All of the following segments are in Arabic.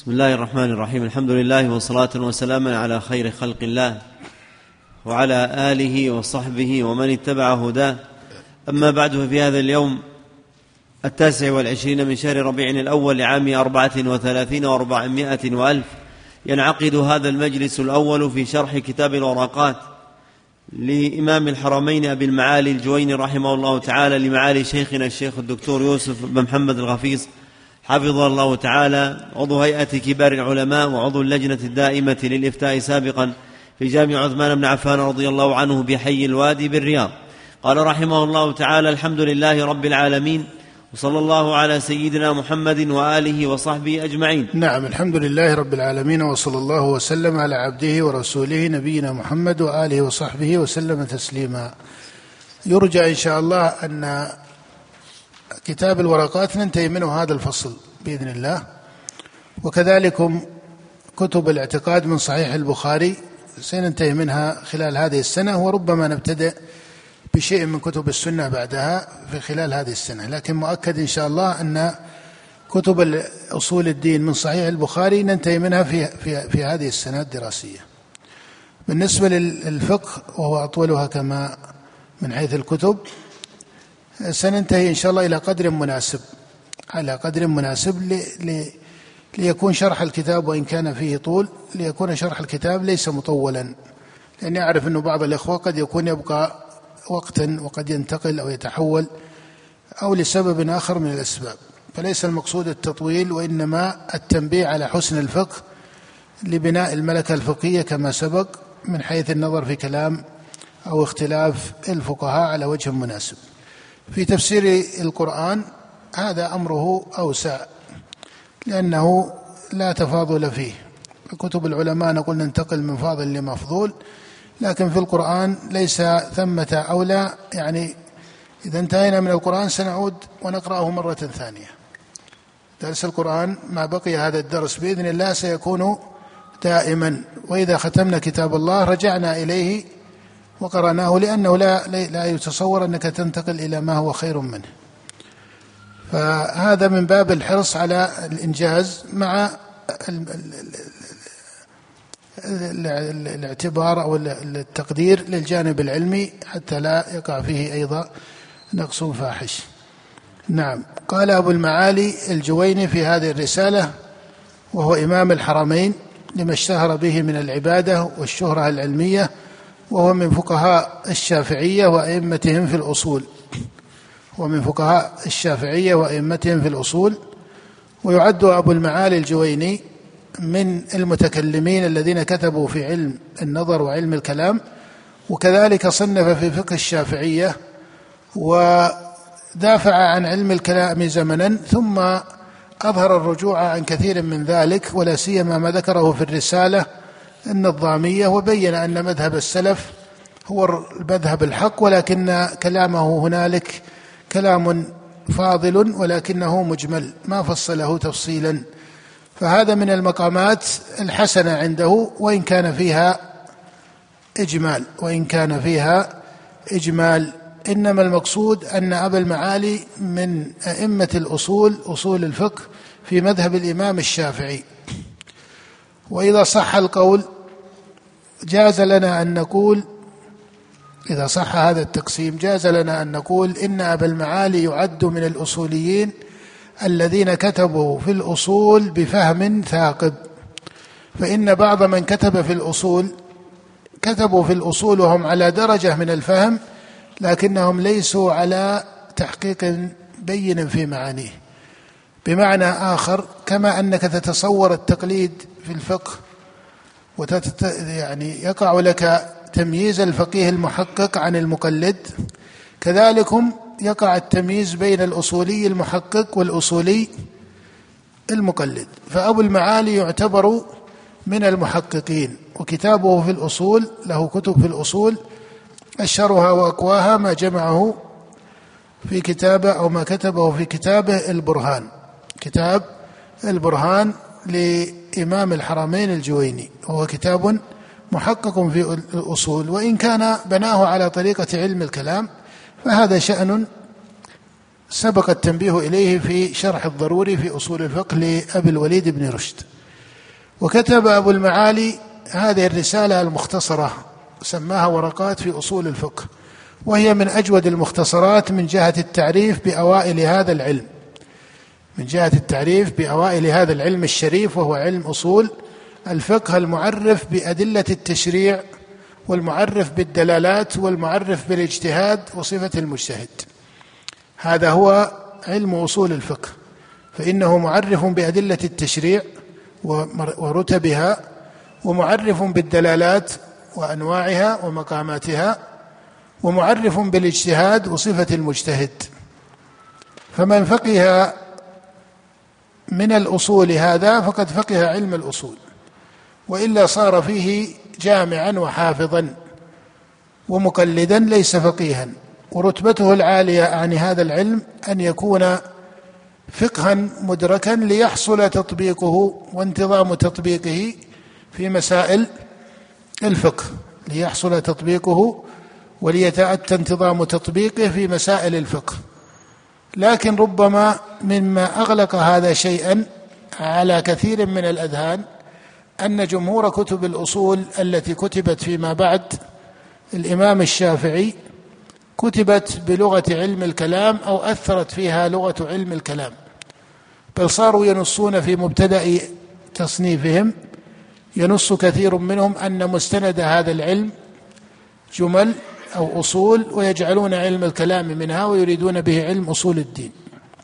بسم الله الرحمن الرحيم. الحمد لله والصلاة والسلام على خير خلق الله وعلى آله وصحبه ومن اتبع هداه. أما بعد، ففي هذا اليوم 29 من شهر ربيع الأول لعام 34 و400 وألف ينعقد هذا المجلس الأول في شرح كتاب الورقات لإمام الحرمين أبي المعالي الجويني رحمه الله تعالى، لمعالي شيخنا الشيخ الدكتور يوسف بن محمد الغفيص حفظه الله تعالى، عضو هيئة كبار العلماء وعضو اللجنة الدائمة للإفتاء سابقا في جامع عثمان بن عفان رضي الله عنه بحي الوادي بالرياض. قال رحمه الله تعالى: الحمد لله رب العالمين، وصلى الله على سيدنا محمد وآله وصحبه أجمعين. نعم، الحمد لله رب العالمين، وصلى الله وسلم على عبده ورسوله نبينا محمد وآله وصحبه وسلم تسليما. يرجى إن شاء الله أن كتاب الورقات ننتهي منه هذا الفصل بإذن الله، وكذلك كتب الاعتقاد من صحيح البخاري سننتهي منها خلال هذه السنة، وربما نبتدئ بشيء من كتب السنة بعدها في خلال هذه السنة، لكن مؤكد إن شاء الله أن كتب أصول الدين من صحيح البخاري ننتهي منها في هذه السنة الدراسية. بالنسبة للفقه وهو أطولها كما من حيث الكتب، سننتهي إن شاء الله إلى قدر مناسب، على قدر مناسب ليكون شرح الكتاب وإن كان فيه طول، ليكون شرح الكتاب ليس مطولا، لأني أعرف أن بعض الإخوة قد يكون يبقى وقتا وقد ينتقل أو يتحول أو لسبب آخر من الأسباب، فليس المقصود التطويل، وإنما التنبيه على حسن الفقه لبناء الملكة الفقهية كما سبق، من حيث النظر في كلام أو اختلاف الفقهاء على وجه مناسب. في تفسير القرآن هذا أمره أوسع، لأنه لا تفاضل فيه. في كتب العلماء نقول ننتقل من فاضل لمفضول، لكن في القرآن ليس ثمة أولى، يعني إذا انتهينا من القرآن سنعود ونقرأه مرة ثانية. درس القرآن ما بقي هذا الدرس بإذن الله سيكون دائما، وإذا ختمنا كتاب الله رجعنا إليه وقرأناه، لأنه لا يتصور أنك تنتقل إلى ما هو خير منه. فهذا من باب الحرص على الإنجاز مع الاعتبار أو التقدير للجانب العلمي، حتى لا يقع فيه أيضا نقص فاحش. نعم، قال أبو المعالي الجويني في هذه الرسالة، وهو إمام الحرمين لما اشتهر به من العبادة والشهرة العلمية، وهو من فقهاء الشافعية وأئمتهم في الأصول، ويعد أبو المعالي الجويني من المتكلمين الذين كتبوا في علم النظر وعلم الكلام، وكذلك صنف في فقه الشافعية ودافع عن علم الكلام زمنا، ثم أظهر الرجوع عن كثير من ذلك، ولا سيما ما ذكره في الرسالة النظامية، وبين أن مذهب السلف هو المذهب الحق، ولكن كلامه هنالك كلام فاضل ولكنه مجمل ما فصله تفصيلا. فهذا من المقامات الحسنة عنده، وإن كان فيها إجمال، إنما المقصود أن أبا المعالي من أئمة الأصول، أصول الفقه في مذهب الإمام الشافعي. وإذا صح القول جاز لنا أن نقول، إذا صح هذا التقسيم جاز لنا أن نقول إن أبا المعالي يعد من الأصوليين الذين كتبوا في الأصول بفهم ثاقب، فإن بعض من كتب في الأصول كتبوا في الأصول وهم على درجة من الفهم، لكنهم ليسوا على تحقيق بين في معانيه. بمعنى آخر، كما أنك تتصور التقليد في الفقه يعني يقع لك تمييز الفقيه المحقق عن المقلد، كذلك يقع التمييز بين الأصولي المحقق والأصولي المقلد. فأبو المعالي يعتبر من المحققين، وكتابه في الأصول، له كتب في الأصول أشهرها وأقواها ما جمعه في كتابه أو ما كتبه في كتابه البرهان، كتاب البرهان لإمام الحرمين الجويني، وهو كتاب محقق في الأصول، وإن كان بناه على طريقة علم الكلام، فهذا شأن سبق التنبيه إليه في شرح الضروري في أصول الفقه لأبي الوليد بن رشد. وكتب أبو المعالي هذه الرسالة المختصرة سماها ورقات في أصول الفقه، وهي من أجود المختصرات من جهة التعريف بأوائل هذا العلم، من جهة التعريف بأوائل هذا العلم الشريف، وهو علم أصول الفقه المعرف بأدلة التشريع والمعرف بالدلالات والمعرف بالاجتهاد وصفة المجتهد. هذا هو علم أصول الفقه، فإنه معرف بأدلة التشريع ورتبها، ومعرف بالدلالات وأنواعها ومقاماتها، ومعرف بالاجتهاد وصفة المجتهد. فمن فقه من الأصول هذا فقد فقه علم الأصول، وإلا صار فيه جامعا وحافظا ومقلدا ليس فقيها. ورتبته العالية عن هذا العلم أن يكون فقها مدركا ليحصل تطبيقه وانتظام تطبيقه في مسائل الفقه، ليحصل تطبيقه وليتأتى انتظام تطبيقه في مسائل الفقه. لكن ربما مما أغلق هذا شيئا على كثير من الأذهان أن جمهور كتب الأصول التي كتبت فيما بعد الإمام الشافعي كتبت بلغة علم الكلام أو أثرت فيها لغة علم الكلام، بل صاروا ينصون في مبتدأ تصنيفهم، ينص كثير منهم أن مستند هذا العلم جمل أو أصول، ويجعلون علم الكلام منها ويريدون به علم أصول الدين.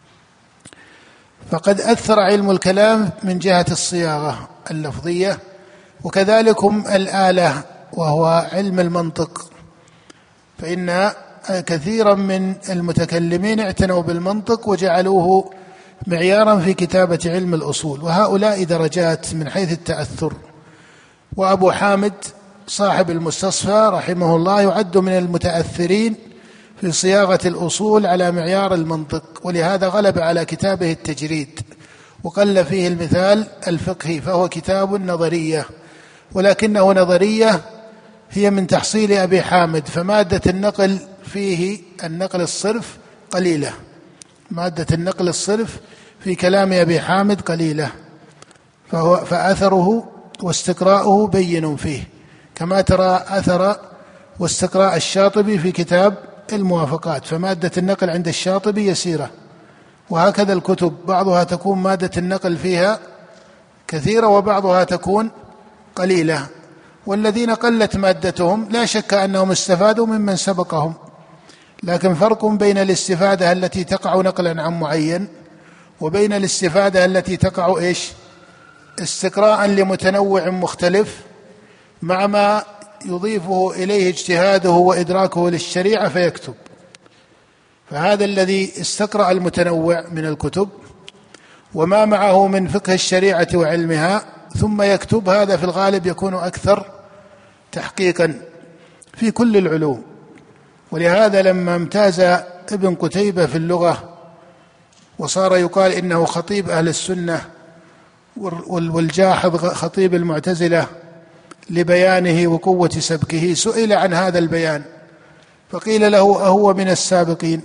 فقد أثر علم الكلام من جهة الصياغة اللفظية، وكذلكم الآلة وهو علم المنطق، فإن كثيرا من المتكلمين اعتنوا بالمنطق وجعلوه معيارا في كتابة علم الأصول، وهؤلاء درجات من حيث التأثر. وأبو حامد صاحب المستصفى رحمه الله يعد من المتأثرين في صياغة الأصول على معيار المنطق، ولهذا غلب على كتابه التجريد وقل فيه المثال الفقهي، فهو كتاب نظرية، ولكنه نظرية هي من تحصيل أبي حامد، فمادة النقل فيه النقل الصرف قليلة، مادة النقل الصرف في كلام أبي حامد قليلة، فأثره واستقراؤه بين فيه، كما ترى أثر واستقراء الشاطبي في كتاب الموافقات، فمادة النقل عند الشاطبي يسيرة. وهكذا الكتب بعضها تكون مادة النقل فيها كثيرة وبعضها تكون قليلة، والذين قلت مادتهم لا شك أنهم استفادوا ممن سبقهم، لكن فرق بين الاستفادة التي تقع نقلا عن معين وبين الاستفادة التي تقع استقراء لمتنوع مختلف مع ما يضيفه إليه اجتهاده وإدراكه للشريعة فيكتب. فهذا الذي استقرأ المتنوع من الكتب وما معه من فقه الشريعة وعلمها ثم يكتب، هذا في الغالب يكون أكثر تحقيقا في كل العلوم. ولهذا لما امتاز ابن قتيبة في اللغة وصار يقال إنه خطيب أهل السنة والجاحظ خطيب المعتزلة لبيانه وقوة سبكه، سئل عن هذا البيان فقيل له أهو من السابقين؟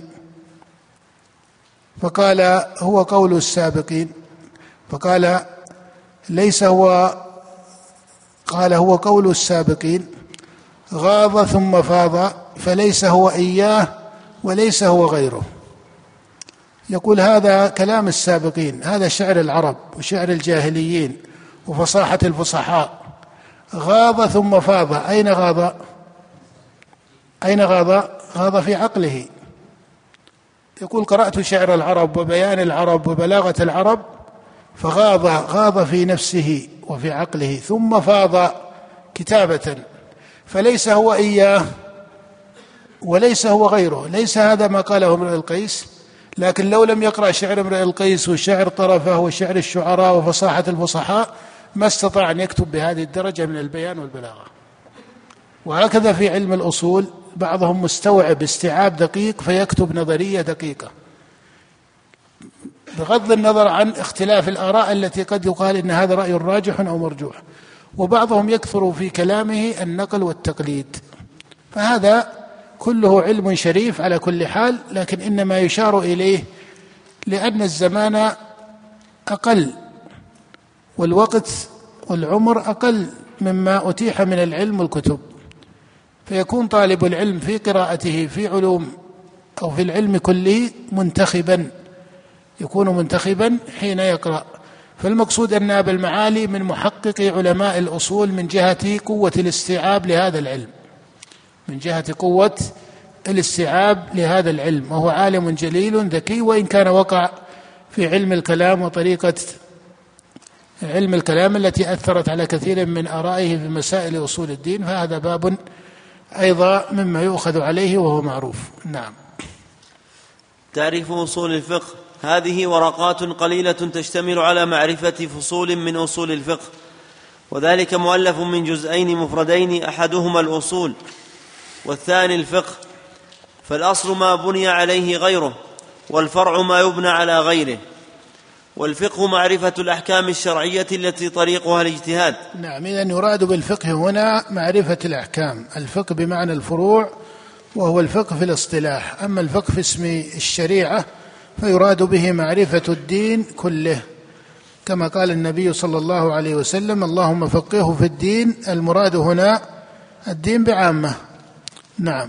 فقال هو قول السابقين. فقال ليس هو، قال هو قول السابقين، غاض ثم فاض، فليس هو إياه وليس هو غيره. يقول هذا كلام السابقين، هذا شعر العرب وشعر الجاهليين وفصاحة الفصحاء. غاض ثم فاض، أين غاض؟ أين غاض؟ غاض في عقله. يقول قرأت شعر العرب وبيان العرب وبلاغة العرب، غاض في نفسه وفي عقله، ثم فاض كتابة، فليس هو إياه وليس هو غيره. ليس هذا ما قاله امرئ القيس، لكن لو لم يقرأ شعر امرئ القيس وشعر طرفه وشعر الشعراء وفصاحة الفصحاء ما استطاع أن يكتب بهذه الدرجة من البيان والبلاغة. وهكذا في علم الأصول بعضهم مستوعب استيعاب دقيق فيكتب نظرية دقيقة بغض النظر عن اختلاف الآراء التي قد يقال إن هذا رأي راجح أو مرجوح، وبعضهم يكثر في كلامه النقل والتقليد. فهذا كله علم شريف على كل حال، لكن إنما يشار إليه لأن الزمان أقل والوقت والعمر أقل مما أتيح من العلم والكتب، فيكون طالب العلم في قراءته في علوم أو في العلم كله منتخبا، يكون منتخبا حين يقرأ. فالمقصود أن أبا المعالي من محققي علماء الأصول من جهة قوة الاستيعاب لهذا العلم، من جهة قوة الاستيعاب لهذا العلم، وهو عالم جليل ذكي، وإن كان وقع في علم الكلام وطريقة علم الكلام التي أثرت على كثير من آرائه في مسائل أصول الدين، فهذا باب أيضا مما يؤخذ عليه وهو معروف. نعم. تعريف أصول الفقه. هذه ورقات قليلة تشتمل على معرفة فصول من أصول الفقه، وذلك مؤلف من جزئين مفردين، أحدهما الأصول والثاني الفقه. فالأصل ما بني عليه غيره، والفرع ما يبنى على غيره. والفقه معرفة الأحكام الشرعية التي طريقها الاجتهاد. نعم، إذن يراد بالفقه هنا معرفة الأحكام، الفقه بمعنى الفروع، وهو الفقه في الاصطلاح. أما الفقه في اسم الشريعة فيراد به معرفة الدين كله، كما قال النبي صلى الله عليه وسلم: اللهم فقهه في الدين. المراد هنا الدين بعامة. نعم.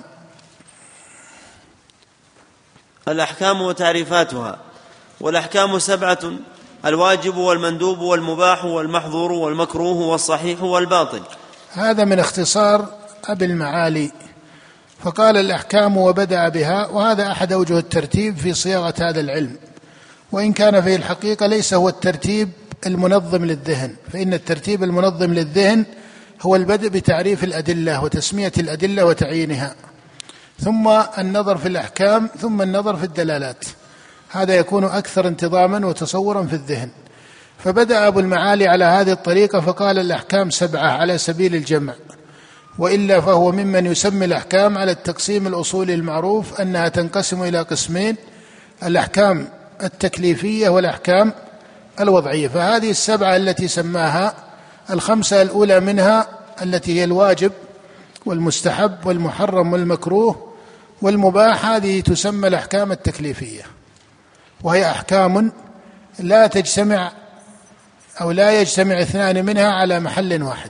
الأحكام وتعريفاتها. والأحكام 7: الواجب والمندوب والمباح والمحظور والمكروه والصحيح والباطل. هذا من اختصار أبي المعالي، فقال الأحكام وبدأ بها، وهذا أحد أوجه الترتيب في صياغة هذا العلم، وإن كان في الحقيقة ليس هو الترتيب المنظم للذهن، فإن الترتيب المنظم للذهن هو البدء بتعريف الأدلة وتسمية الأدلة وتعيينها، ثم النظر في الأحكام، ثم النظر في الدلالات. هذا يكون أكثر انتظاما وتصورا في الذهن. فبدأ أبو المعالي على هذه الطريقة فقال الأحكام 7 على سبيل الجمع، وإلا فهو ممن يسمي الأحكام على التقسيم الأصولي المعروف أنها تنقسم إلى قسمين: الأحكام التكليفية والأحكام الوضعية. فهذه 7 التي سماها، 5 الأولى منها التي هي الواجب والمستحب والمحرم والمكروه والمباح، هذه تسمى الأحكام التكليفية، وهي أحكام لا تجتمع أو لا يجتمع 2 منها على محل واحد،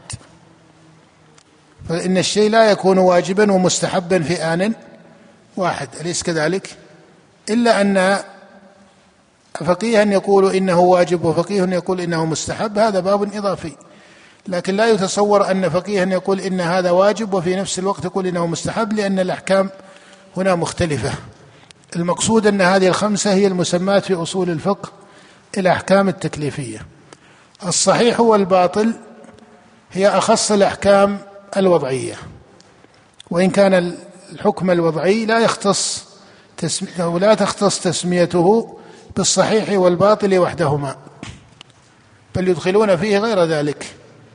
فإن الشيء لا يكون واجبا ومستحبا في آن واحد، أليس كذلك؟ إلا أن فقيها يقول إنه واجب وفقيه يقول إنه مستحب، هذا باب إضافي. لكن لا يتصور أن فقيها يقول إن هذا واجب وفي نفس الوقت يقول إنه مستحب، لأن الأحكام هنا مختلفة. المقصود أن هذه 5 هي المسمات في أصول الفقه الأحكام التكليفية. الصحيح والباطل هي أخص الأحكام الوضعية، وإن كان الحكم الوضعي لا تختص تسميته بالصحيح والباطل وحدهما، بل يدخلون فيه غير ذلك.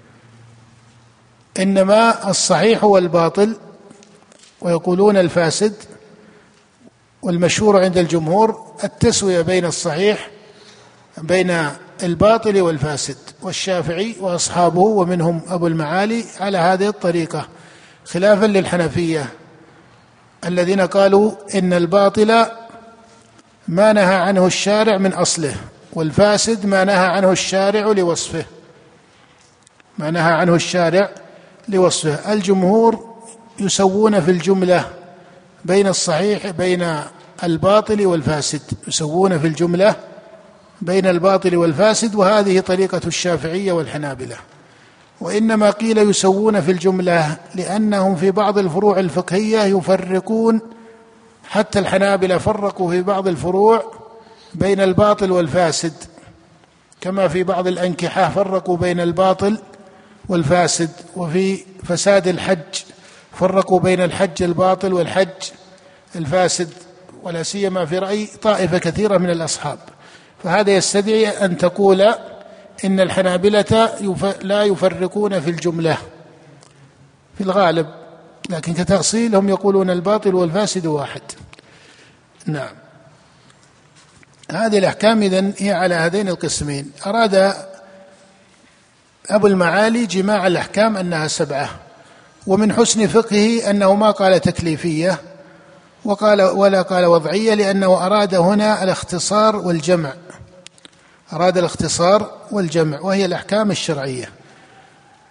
إنما الصحيح والباطل، ويقولون الفاسد، والمشهور عند الجمهور التسوية بين الصحيح بين الباطل والفاسد، والشافعي وأصحابه ومنهم أبو المعالي على هذه الطريقة، خلافا للحنفية الذين قالوا إن الباطل ما نهى عنه الشارع من أصله، والفاسد ما نهى عنه الشارع لوصفه، ما نهى عنه الشارع لوصفه. الجمهور يسوون في الجملة بين الصحيح بين الباطل والفاسد، يسوون في الجملة بين الباطل والفاسد، وهذه طريقة الشافعية والحنابلة. وإنما قيل يسوون في الجملة لأنهم في بعض الفروع الفقهية يفرقون، حتى الحنابلة فرقوا في بعض الفروع بين الباطل والفاسد، كما في بعض الأنكحة فرقوا بين الباطل والفاسد، وفي فساد الحج فرقوا بين الحج الباطل والحج الفاسد، ولا سيما في رأي طائفة كثيرة من الأصحاب. فهذا يستدعي أن تقول إن الحنابلة لا يفرقون في الجملة في الغالب، لكن كتأصيل هم يقولون الباطل والفاسد واحد. نعم. هذه الأحكام إذن هي على هذين القسمين. أراد أبو المعالي جماع الأحكام أنها 7، ومن حسن فقهه أنه ما قال تكليفية ولا قال وضعية، لأنه أراد هنا الاختصار والجمع، أراد الاختصار والجمع، وهي الأحكام الشرعية.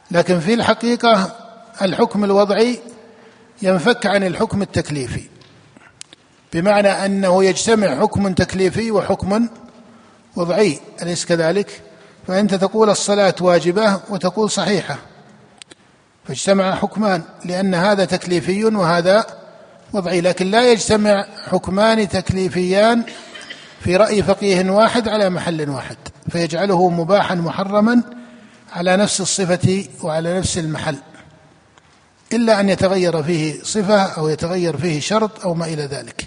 لكن في الحقيقة الحكم الوضعي ينفك عن الحكم التكليفي، بمعنى أنه يجتمع حكم تكليفي وحكم وضعي، أليس كذلك؟ فأنت تقول الصلاة واجبة وتقول صحيحة، فاجتمع حكمان، لأن هذا تكليفي وهذا وضعي. لكن لا يجتمع حكمان تكليفيان في رأي فقيه واحد على محل واحد فيجعله مباحا محرما على نفس الصفة وعلى نفس المحل، إلا أن يتغير فيه صفة أو يتغير فيه شرط أو ما إلى ذلك.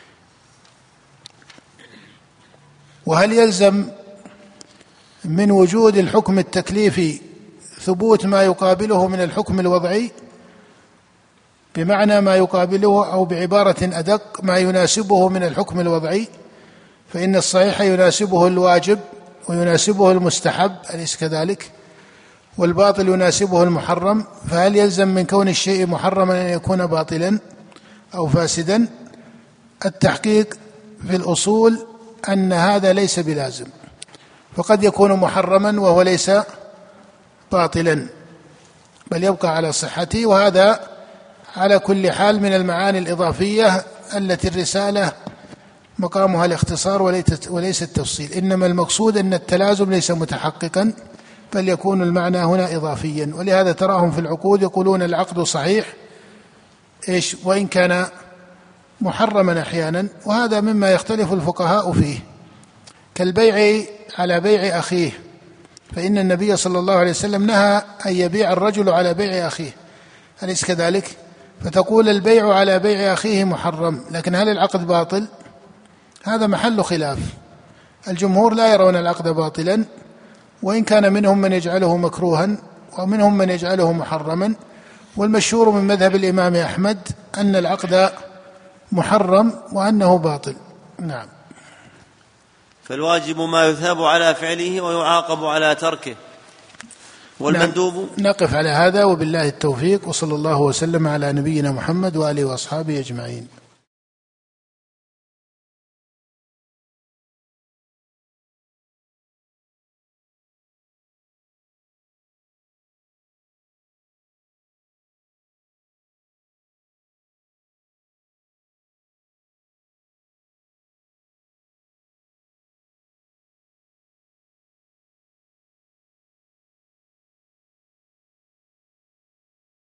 وهل يلزم من وجود الحكم التكليفي ثبوت ما يقابله من الحكم الوضعي؟ بمعنى ما يقابله، أو بعبارة أدق ما يناسبه من الحكم الوضعي، فإن الصحيح يناسبه الواجب ويناسبه المستحب، أليس كذلك؟ والباطل يناسبه المحرم، فهل يلزم من كون الشيء محرما أن يكون باطلا أو فاسدا؟ التحقيق في الأصول أن هذا ليس بلازم، فقد يكون محرما وهو ليس باطلا بل يبقى على صحته، وهذا على كل حال من المعاني الإضافية التي الرسالة مقامها الاختصار وليس التفصيل، إنما المقصود أن التلازم ليس متحققا بل يكون المعنى هنا إضافيا. ولهذا تراهم في العقود يقولون العقد صحيح وإن كان محرما أحيانا، وهذا مما يختلف الفقهاء فيه، كالبيع على بيع أخيه، فإن النبي صلى الله عليه وسلم نهى أن يبيع الرجل على بيع أخيه، أليس كذلك؟ فتقول البيع على بيع أخيه محرم، لكن هل العقد باطل؟ هذا محل خلاف. الجمهور لا يرون العقد باطلا، وإن كان منهم من يجعله مكروها ومنهم من يجعله محرما، والمشهور من مذهب الإمام أحمد أن العقد محرم وأنه باطل. نعم. فالواجب ما يثاب على فعله ويعاقب على تركه، والمندوب. نقف على هذا، وبالله التوفيق، وصلى الله وسلم على نبينا محمد وآله وأصحابه أجمعين.